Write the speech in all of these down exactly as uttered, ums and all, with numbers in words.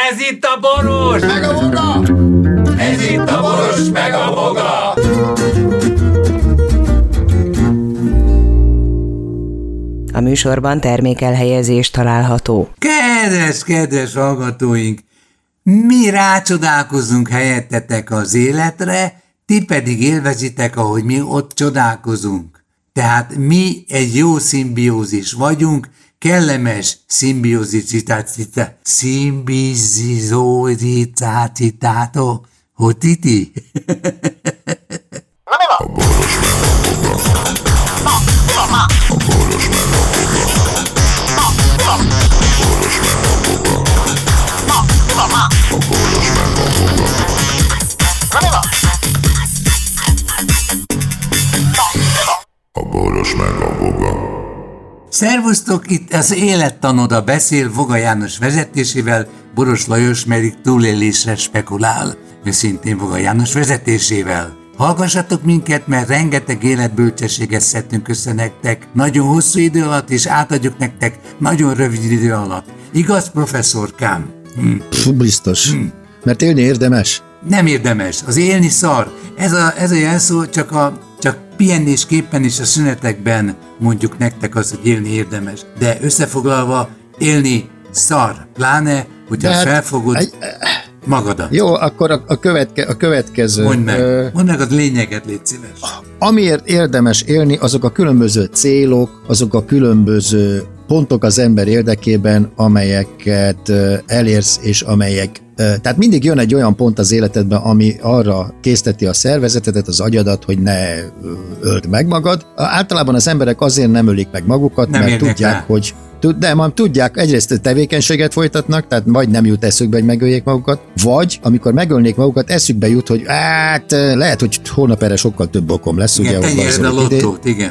Ez itt a Boros! Meg a Boga! Ez itt a Boros, meg a Boga! A műsorban termékelhelyezés található. Kedves, kedves hallgatóink! Mi rácsodálkozunk helyettetek az életre, ti pedig élvezitek, ahogy mi ott csodálkozunk. Tehát mi egy jó szimbiózis vagyunk, kellemes szimbiózicitátita, szimbizizózicátitátó, hogy titi? Na mi van? A Boros meg a Boga. Na, mi van már? A Boros meg a Boga. Na, mi van? A Boros meg a Boga. Na, mi van már? A Boros meg a Boga. Na mi van? Na, mi van? A Boros meg a Boga. Szervusztok, itt az Élettanoda beszél Voga János vezetésével, Boros Lajos pedig túlélésre spekulál, őszintén Voga János vezetésével. Hallgassatok minket, mert rengeteg életbölcsességet szedtünk össze nektek nagyon hosszú idő alatt, és átadjuk nektek nagyon rövid idő alatt. Igaz, professzorkám? Hm. Pff, biztos. Hm. Mert élni érdemes. Nem érdemes. Az élni szar. Ez a, ez a jelszó csak, a, csak pihenésképpen és a szünetekben mondjuk nektek az, hogy élni érdemes. De összefoglalva, élni szar. Pláne, hogyha hát, felfogod egy, magadat. Jó, akkor a, a, követke, a következő... Mondd meg. Ö, Mondd meg a lényeget, légy szíves. Amiért érdemes élni, azok a különböző célok, azok a különböző pontok az ember érdekében, amelyeket elérsz, és amelyek... Tehát mindig jön egy olyan pont az életedben, ami arra készteti a szervezetedet, az agyadat, hogy ne öld meg magad. Általában az emberek azért nem ölik meg magukat, nem mert tudják, rá. hogy... De már tudják, egyrészt tevékenységet folytatnak, tehát vagy nem jut eszükbe, hogy megöljék magukat, vagy amikor megölnék magukat, eszükbe jut, hogy hát lehet, hogy hónap erre sokkal több okom lesz. Igen, ugye, tenyéred a lottót, igen.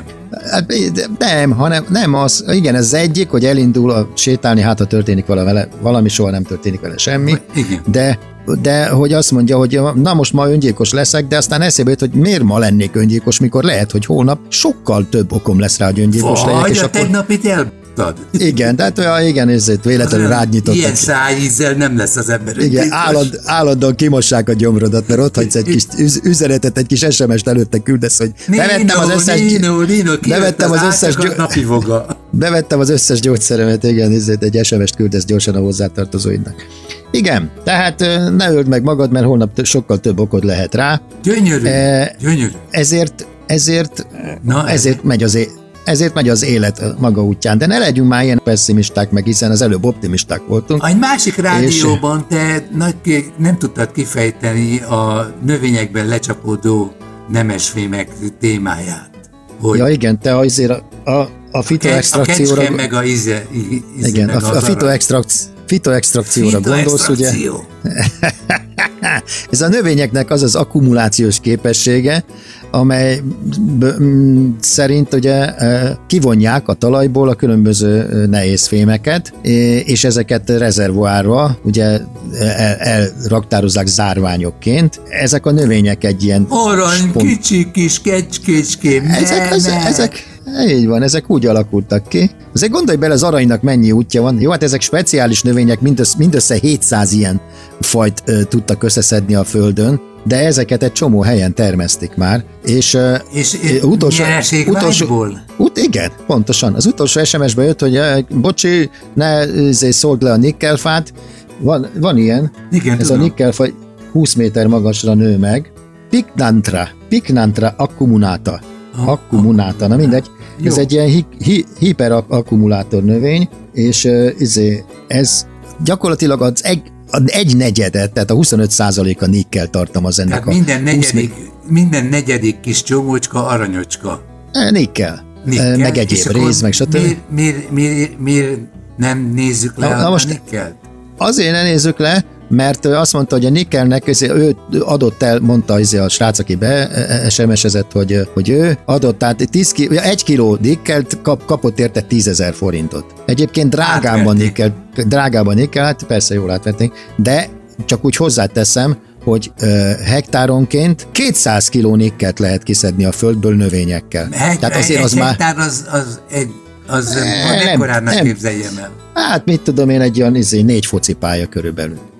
Nem, hanem nem az, igen, ez egyik, hogy elindul a sétálni, hát ha történik vele, valami, soha nem történik vele semmi, igen. de de hogy azt mondja, hogy na most ma öngyilkos leszek, de aztán eszébe jut, hogy miért ma lennék öngyilkos, mikor lehet, hogy hónap sokkal több okom lesz rá, hogy öngyilkos legyek. Vagy és a akkor... tegnapit el... Igen, de hát olyan, igen, ezért véletlenül rád nyitottak. Ilyen szájízzel nem lesz az ember. Igen, állad, állandóan kimossák a gyomrodat, mert ott hagysz egy kis üz, üzenetet, egy kis es em est előtte küldesz, hogy bevettem az összes... Nino, Nino, bevettem az, az összes... napi voga. Bevettem az összes gyógyszeremet, igen, ezért egy es em est küldesz gyorsan a hozzátartozóidnak. Igen, tehát ne öld meg magad, mert holnap sokkal több okod lehet rá. Gyönyörű, e, gyönyörű. Ezért, ezért, Na, ezért megy az é- Ezért megy az élet maga útján, de ne legyünk már ilyen pessimisták meg, hiszen az előbb optimisták voltunk. Egy másik rádióban és... te nagy, nem tudtad kifejteni a növényekben lecsapódó nemesfémek témáját. Hogy ja igen, te azért a, a, a fitoextrakcióra... A kecske meg a íze, íze igen, meg a, a fitoextrakció... Fitoextrakcióra gondolsz, ugye? Ez a növényeknek az az akkumulációs képessége, amely b- m- szerint ugye kivonják a talajból a különböző nehéz fémeket, és ezeket rezervoárba ugye elraktározzák zárványokként. Ezek a növények egy ilyen... Arany, spont... kicsi kis kecskécském, ezek, az, ezek, így van, ezek úgy alakultak ki. Azért gondolj bele, az aranynak mennyi útja van. Jó, hát ezek speciális növények, mindössze, mindössze hétszáz ilyen fajt ö, tudtak összeszedni a Földön, de ezeket egy csomó helyen termesztik már, és, és ö, utolsó, utolsó, ut, igen, pontosan. Az utolsó es em es-be jött, hogy bocsi, ne szóld le a nikkelfát. Van, van ilyen, igen, ez tudom. A nikkelfa húsz méter magasra nő meg. Pycnanthra, Pycnanthra accumunata. Akkumulátor, na mindegy. Jó. Ez egy ilyen hi- hi- hiperakkumulátor növény, és uh, izé, ez gyakorlatilag az egy, egy negyedet, tehát a huszonöt százaléka nikkel tartalmaz ennek tehát a... minden negyedik, minden negyedik kis csomócska aranyocska. E, nikkel. nikkel. Meg egyéb rész, meg stb. Miért, miért, miért, miért nem nézzük le na, a most nikkelt? Azért ne nézzük le, mert azt mondta, hogy a nikkelnek, ő adott el, mondta a srác, aki be es em es-ezett, hogy, hogy ő adott, tehát tíz kiló, egy kiló nikkelt kap, kapott érte tízezer forintot. Egyébként drágában nikkel, drágában nikkel, hát persze jól átvették, de csak úgy hozzáteszem, hogy uh, hektáronként kétszáz kiló nikkelt lehet kiszedni a földből növényekkel. Hek, tehát azért egy az hektár már... az, az egy az nem, ekkorát nem képzeljem el. Hát mit tudom én, egy olyan izé, négy focipálya körülbelül.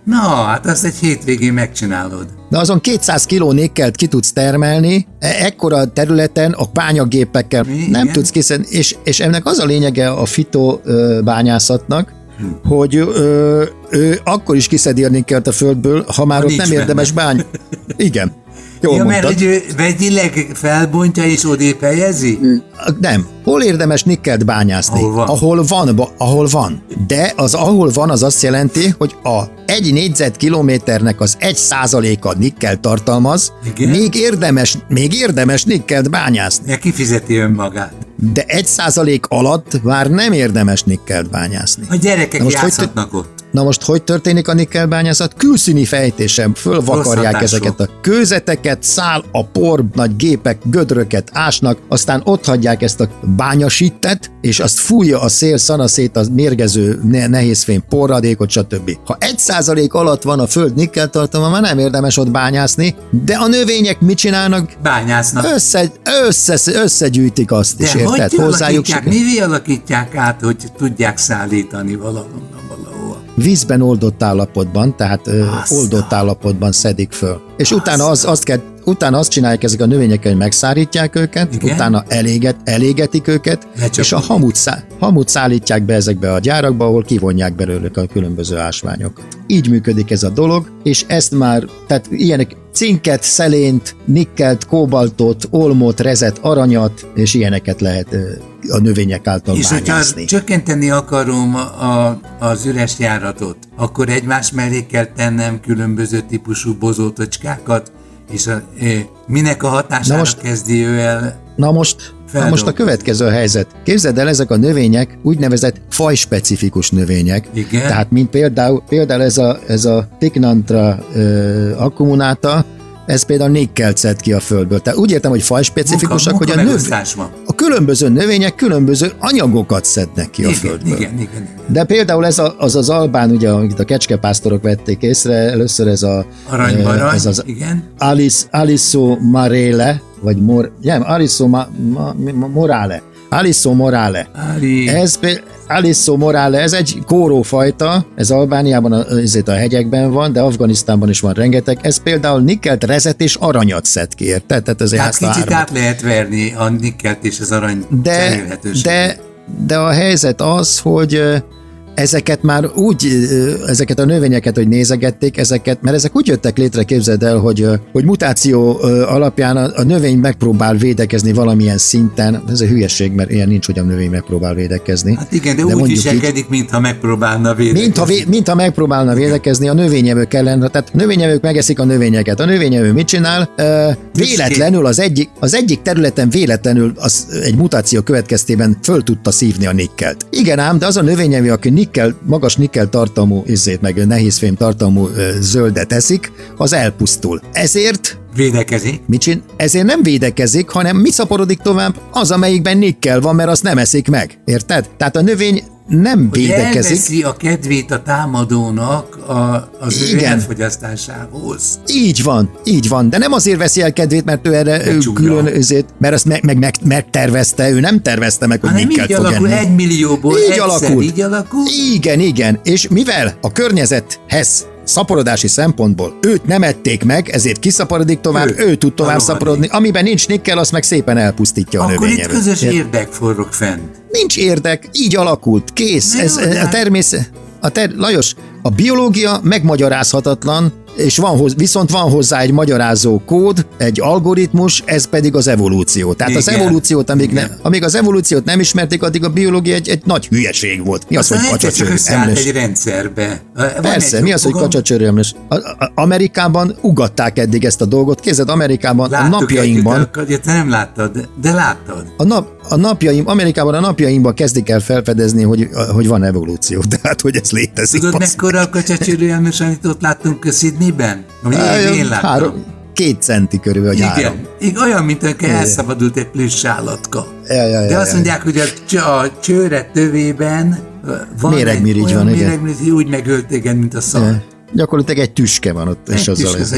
Na, hát azt egy hétvégén megcsinálod. De azon kétszáz kiló nikkelt ki tudsz termelni, e- ekkora területen a bányagépekkel Igen. nem tudsz kiszedni, és, és ennek az a lényege a fito ö, bányászatnak, hm. hogy ö, ő akkor is kiszedi a nikkelt a földből, ha már Ha ott nincs nem benne. érdemes bány. Igen. Jól Ja, mert mondtad. hogy ő vegyileg felbontja és odébb helyezi? Nem. Hol érdemes nikkelt bányászni? Ahol van. Ahol van, ba- ahol van. De az ahol van, az azt jelenti, hogy a egy négyzetkilométernek az egy százaléka nikkel tartalmaz, Igen. még érdemes, még érdemes nikkelt bányászni. Ja, kifizeti önmagát. De egy százalék alatt már nem érdemes nikkelt bányászni. A gyerekek Na most hogy játszhatnak ott. Na most hogy történik a nikkelbányászat? Külszíni fejtésen fölvakarják Rossz ezeket a kőzeteket, száll a por, nagy gépek, gödröket ásnak, aztán ott hagyják ezt a bányasítet, és azt fújja a szél, szana szét a mérgező ne- nehézfém porradékot, stb. Ha egy százalék alatt van a föld nikkeltartalma, már nem érdemes ott bányászni, de a növények mit csinálnak? Bányásznak. Össze, össze, összegyűjtik azt is, De érted? hogy Hozzájuk alakítják, siker- mivé alakítják át, hogy tudják szállítani valahonnan valahova? vízben oldott állapotban, tehát ö, Aztán. oldott állapotban szedik föl. És utána, az, azt kell, utána azt csinálják ezek a növényekkel, hogy megszárítják őket, Igen. utána eléget, elégetik őket, Lecsapolják. és a hamut, szá, hamut szállítják be ezekbe a gyárakba, ahol kivonják belőlük a különböző ásványokat. Így működik ez a dolog, és ezt már, tehát ilyenek cinket, szelént, nikkelt, kóbaltot, olmot, rezet, aranyat, és ilyeneket lehet ö, a növények által És hogyha bányászni. csökkenteni akarom a, az üres járatot, akkor egymás mellé kell tennem különböző típusú bozótocskákat, és a, e, minek a hatására Na most- kezdi ő el? Na most, na most a Feldolgozni. következő a helyzet. Képzeld el, ezek a növények úgynevezett fajspecifikus növények. Igen. Tehát, mint például, például ez a, ez a Picnanthra ö, accumunata, ez például nikkelt szed ki a földből. Tehát úgy értem, hogy fajspecifikusak, Munka- hogy a, növ, munkamegosztás van. a különböző növények különböző anyagokat szednek ki a Igen, földből. igen, igen, igen. De például ez a, az az albán, ugye, amit a kecskepásztorok vették észre, először ez a... Aranybarany, ez az igen. Alice, Aliso Marele, vagy Mor, nem, Aliso ma, ma, ma, Morale. Aliso Morale. Ári, Ez pé- Aliso Morale, ez egy kórófajta, ez Albániában, a, ezért a hegyekben van, de Afganisztánban is van rengeteg. Ez például nikkelt, rezet és aranyat szed ki, érted? Tehát ezért hát ezt a kicsit hármat. át lehet verni a nikkelt és az arany De, cserélhetőséget. de, de a helyzet az, hogy ö, ezeket már úgy, ö, ezeket a növényeket, hogy nézegették, ezeket, mert ezek úgy jöttek létre, képzeld el, hogy, ö, hogy mutáció ö, alapján a, a növény megpróbál védekezni valamilyen szinten. Ez a hülyeség, mert ilyen nincs, hogy a növény megpróbál védekezni. Hát igen, de, de úgy mondjuk viselkedik, mintha megpróbálna védekezni. Mintha, vé, mintha megpróbálna védekezni, a növényevők ellen, tehát a növényevők megeszik a növényeket. A növényevő mit csinál? Ö, véletlenül az egyik, az egyik területen véletlenül az egy mutáció következtében föl tudta szívni a nikkelt. Igen ám, de az a növényevő, aki nikkel, magas nikkel tartalmú, izzét, meg nehézfém tartalmú ö, zöldet eszik, az elpusztul. Ezért Védekezik. mit csin? Ezért nem védekezik, hanem mi szaporodik tovább? Az, amelyikben nikkel van, mert azt nem eszik meg. Érted? Tehát a növény nem Hogy védekezik. elveszi a kedvét a támadónak a, az ő Igen. elfogyasztásához. Így van, így van, de nem azért veszi el kedvét, mert ő erre ő csúnya. külön özét, mert azt meg, meg, meg, megtervezte, ő nem tervezte meg, hogy Hanem nikkelt így fog alakul, enni. egy millióból Így egyszer alakult. így alakul. Igen, igen, és mivel a környezethez szaporodási szempontból őt nem ették meg, ezért kiszaporodik tovább, Ő, ő, tud tovább a szaporodni, amiben nincs nikkel, azt meg szépen elpusztítja a Akkor itt növényevőt. közös Ért- érdek forog fenn. Nincs érdek, így alakult, kész. Na Ez jó, de a hát- természet. A ter, Lajos, a biológia megmagyarázhatatlan, és van hoz, viszont van hozzá egy magyarázó kód, egy algoritmus, ez pedig az evolúció. Tehát az Igen. evolúciót, amíg, ne, Igen. amíg az evolúciót nem ismerték, addig a biológia egy, egy nagy hülyeség volt. Mi az, Aztán hogy egyszer csak kacsacsőr összeállt emlős? egy rendszerbe. Van Persze, egy mi az, hogy fogalom- kacsacsőr emlős? A- a- Amerikában ugatták eddig ezt a dolgot. Képzeld, Amerikában Láttuk a napjainkban, együtt, akkor te nem láttad, de, de láttad. a, nap, a napjaim, Amerikában a napjainkban kezdik el felfedezni, hogy, hogy van evolúció, tehát hogy ez létezik. Tudod, basz. mekkora a kacsacsőrű János, amit ott láttunk Sydneyben? Ami én, én láttam. három, két centi körül, vagy három. Igen, igen, olyan, mint amikor elszabadult egy plusz állatka. Ja, ja, ja, De azt ja. mondják, hogy a, cs- a csőre tövében ö, van Méregmirigy egy olyan van, igen. méregmirigy, úgy megölt igen, mint a szar. Ja. Gyakorlatilag egy tüske van ott, és Egy azzal tüske, ez, egy- igen.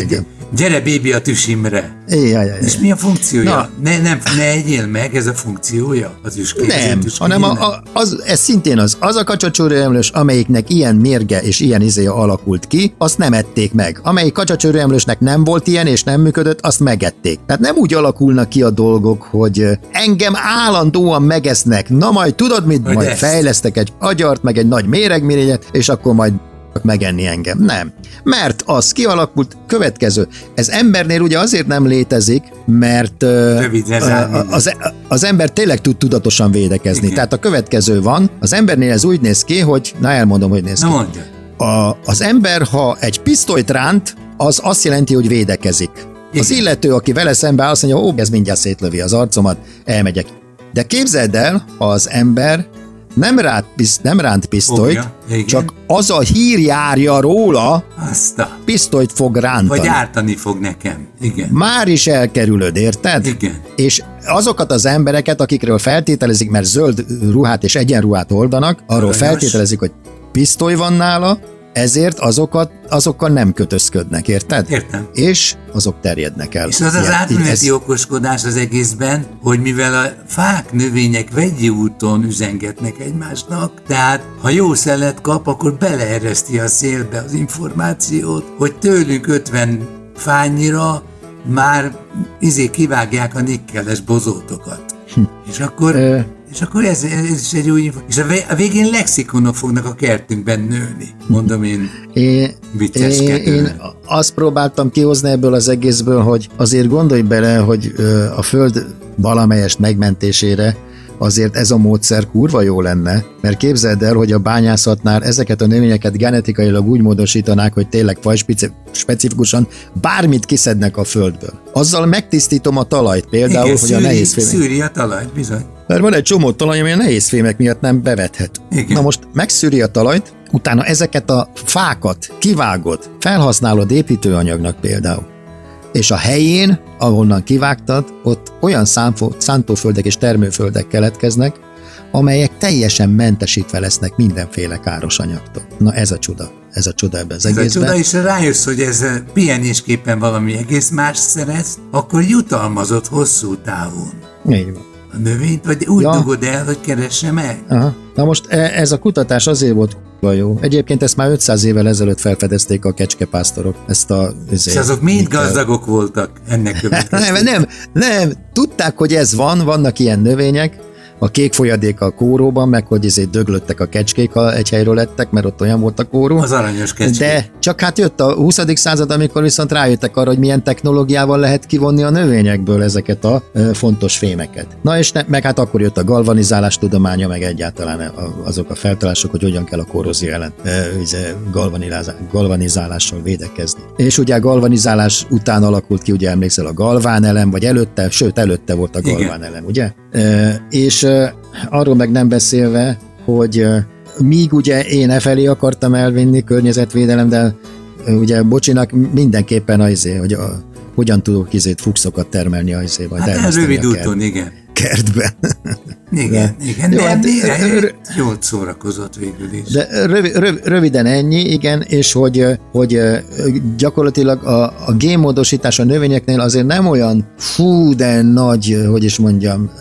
Gyere, bébi, a tüsimre. Éjjjjjj. És mi a funkciója? Na. Ne, nem, ne egyél meg, ez a funkciója? Az üskény, Nem, hanem a, a, az, ez szintén az. Az a kacsacsőrőemlős, amelyiknek ilyen mérge és ilyen izéja alakult ki, azt nem ették meg. Amelyik kacsacsőrőemlősnek nem volt ilyen és nem működött, azt megették. Tehát nem úgy alakulnak ki a dolgok, hogy engem állandóan megesznek. Na majd tudod mit? Hogy Majd ezt. fejlesztek egy agyart, meg egy nagy méregmirigyet, és akkor majd megenni engem. Nem. Mert az kialakult következő. Ez embernél ugye azért nem létezik, mert Rövid, uh, az, az ember tényleg tud tudatosan védekezni. Igen. Tehát a következő van, az embernél ez úgy néz ki, hogy, na elmondom, hogy néz Na ki. mondja. A, az ember, ha egy pisztolyt ránt, az azt jelenti, hogy védekezik. Igen. Az illető, aki vele szembe áll, azt mondja, ó, ez mindjárt szétlövi az arcomat, elmegyek. De képzeld el, ha az ember nem ránt, nem ránt pisztolyt, Fogja, igen. csak az a hír járja róla, Azt a... pisztolyt fog rántani. Vagy ártani fog nekem. Igen. Már is elkerülöd, érted? Igen. És azokat az embereket, akikről feltételezik, mert zöld ruhát és egyenruhát hordanak, arról Aranyos. feltételezik, hogy pisztoly van nála, ezért azokat, azokkal nem kötözködnek, érted? Értem. És azok terjednek el. És az az Ilyen- átmeneti ez- okoskodás az egészben, hogy mivel a fák, növények vegyi úton üzengetnek egymásnak, tehát ha jó szelet kap, akkor beleereszti a szélbe az információt, hogy tőlünk ötven fányira már izé kivágják a nikkeles bozótokat. És akkor... Ö, És akkor ez, ez is egy új info. És a vé- a végén lexikonok fognak a kertünkben nőni. Mondom én Én, én, vicceskedően. én azt próbáltam kihozni ebből az egészből, hogy azért gondolj bele, hogy ö, a Föld valamelyest megmentésére azért ez a módszer kurva jó lenne, mert képzeld el, hogy a bányászatnál ezeket a növényeket genetikailag úgy módosítanák, hogy tényleg fajspecifikusan bármit kiszednek a földből. Azzal megtisztítom a talajt például, Igen, hogy a szűri, nehézfémek. szűri a talajt, bizony. Mert van egy csomó talaj, ami a nehézfémek miatt nem bevethet. Igen. Na most megszűri a talajt, utána ezeket a fákat kivágod, felhasználod építőanyagnak például. És a helyén, ahonnan kivágtad, ott olyan számfo- szántóföldek és termőföldek keletkeznek, amelyek teljesen mentesítve lesznek mindenféle káros anyagtól. Na ez a csuda. Ez a csuda ebben az Ez a egészben. csoda, és rájössz, hogy ez a pihenésképpen valami egész más szerez, akkor jutalmazott hosszú távon Így van. a növényt, vagy úgy Ja. dugod el, hogy keresse meg. Aha. Na most e- ez a kutatás azért volt k***a jó. Egyébként ezt már ötszáz évvel ezelőtt felfedezték a kecskepásztorok. Ezt a... És azok mind gazdagok voltak ennek Nem, következtében. nem, nem, tudták, hogy ez van, vannak ilyen növények, a kék folyadék a kóróban, meg hogy ezért döglöttek a kecskék, ha egy helyről lettek, mert ott olyan volt a kóró. Az aranyos kecske. De csak hát jött a huszadik század, amikor viszont rájöttek arra, hogy milyen technológiával lehet kivonni a növényekből ezeket a ö, fontos fémeket. Na és ne, meg hát akkor jött a galvanizálás tudománya, meg egyáltalán a, azok a feltalálások, hogy hogyan kell a korrózió ellen ö, ugye, galvanizálás, galvanizálással védekezni. És ugye a galvanizálás után alakult ki, ugye emlékszel, a galvánelem, vagy előtte, sőt előtte volt a galvánelem, ugye? Ö, és ö, arról meg nem beszélve, hogy ö, míg ugye én e felé akartam elvinni környezetvédelem, de ugye bocsinak mindenképpen az, hogy a, hogyan tudok izét fuxokat termelni az izé, vagy Hát el termeszteni rövid a úton, igen. kertben. Igen, igen, Jó, de hát, mire? ö- Jól szórakozott végül is. De rövid, rövid, röviden ennyi, igen, és hogy, hogy gyakorlatilag a, a génmódosítás a növényeknél azért nem olyan fú, de nagy, hogy is mondjam,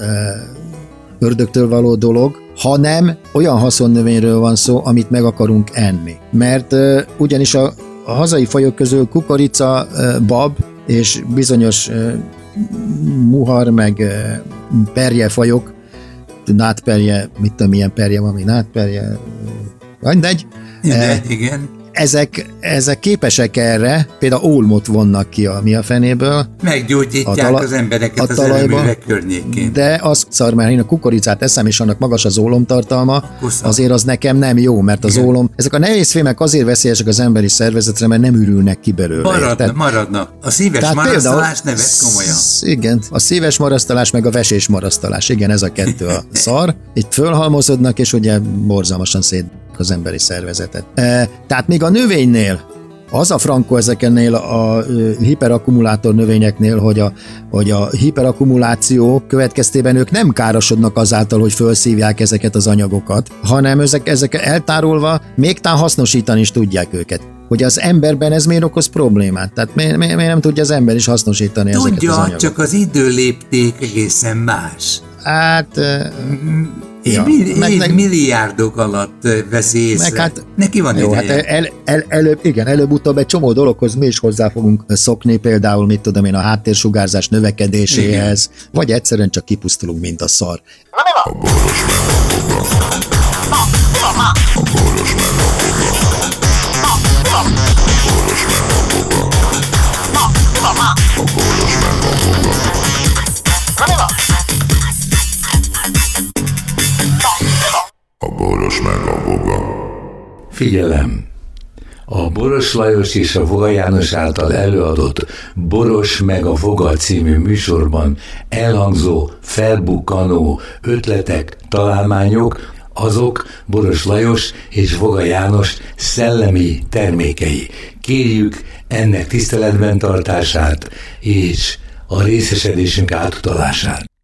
ördögtől való dolog, hanem olyan haszonnövényről van szó, amit meg akarunk enni. Mert uh, ugyanis a, a hazai fajok közül kukorica, uh, bab és bizonyos uh, muhar, meg uh, perjefajok, nátperje, mit tudom, milyen perje van, mi nátperje, uh, mindegy, Mindegy, igen. ezek, ezek képesek erre, például ólmot vonnak ki a mi a fenéből, Meggyógyítják a tala- az embereket a az talajba. erőművek környékén. de az szar, mert én a kukoricát eszem, és annak magas az ólomtartalma, Akkor szar. azért az nekem nem jó, mert az Igen. ólom, ezek a nehézfémek azért veszélyesek az emberi szervezetre, mert nem ürülnek ki belőle. Maradna, érted? maradnak. A szíves Tehát marasztalás ne vett komolyan. sz- Igen, a szíves marasztalás meg a vesés marasztalás, igen, ez a kettő a szar. Itt fölhalmozódnak, és ugye borzalmasan szét az emberi szervezetet. E, tehát még a növénynél, az a frankó ezeknél a ö, hiperakkumulátor növényeknél, hogy a, hogy a hiperakkumuláció következtében ők nem károsodnak azáltal, hogy felszívják ezeket az anyagokat, hanem ezek, ezek eltárolva még tán hasznosítani is tudják őket. hogy az emberben ez miért okoz problémát. Tehát miért, miért, miért nem tudja az ember is hasznosítani Tudja, ezeket az anyagokat? csak az időlépték egészen más. Hát... Ja, meg, meg, milliárdok alatt veszi észre. Hát, neki van jó, ideje. Hát el, el, előbb, igen, előbb-utóbb egy csomó dologhoz mi is hozzá fogunk szokni, például, mit tudom én, a háttérsugárzás növekedéséhez, igen. Vagy egyszerűen csak kipusztulunk, mint a szar. A boros meg a boga. A boros meg a boga. A boros meg a boga. A boros meg a boga. A boros meg a boga. Figyelem! A Boros Lajos és a Voga János által előadott Boros meg a Voga című műsorban elhangzó, felbukkanó ötletek, találmányok, azok Boros Lajos és Voga János szellemi termékei. Kérjük ennek tiszteletben tartását és a részesedésünk átutalását.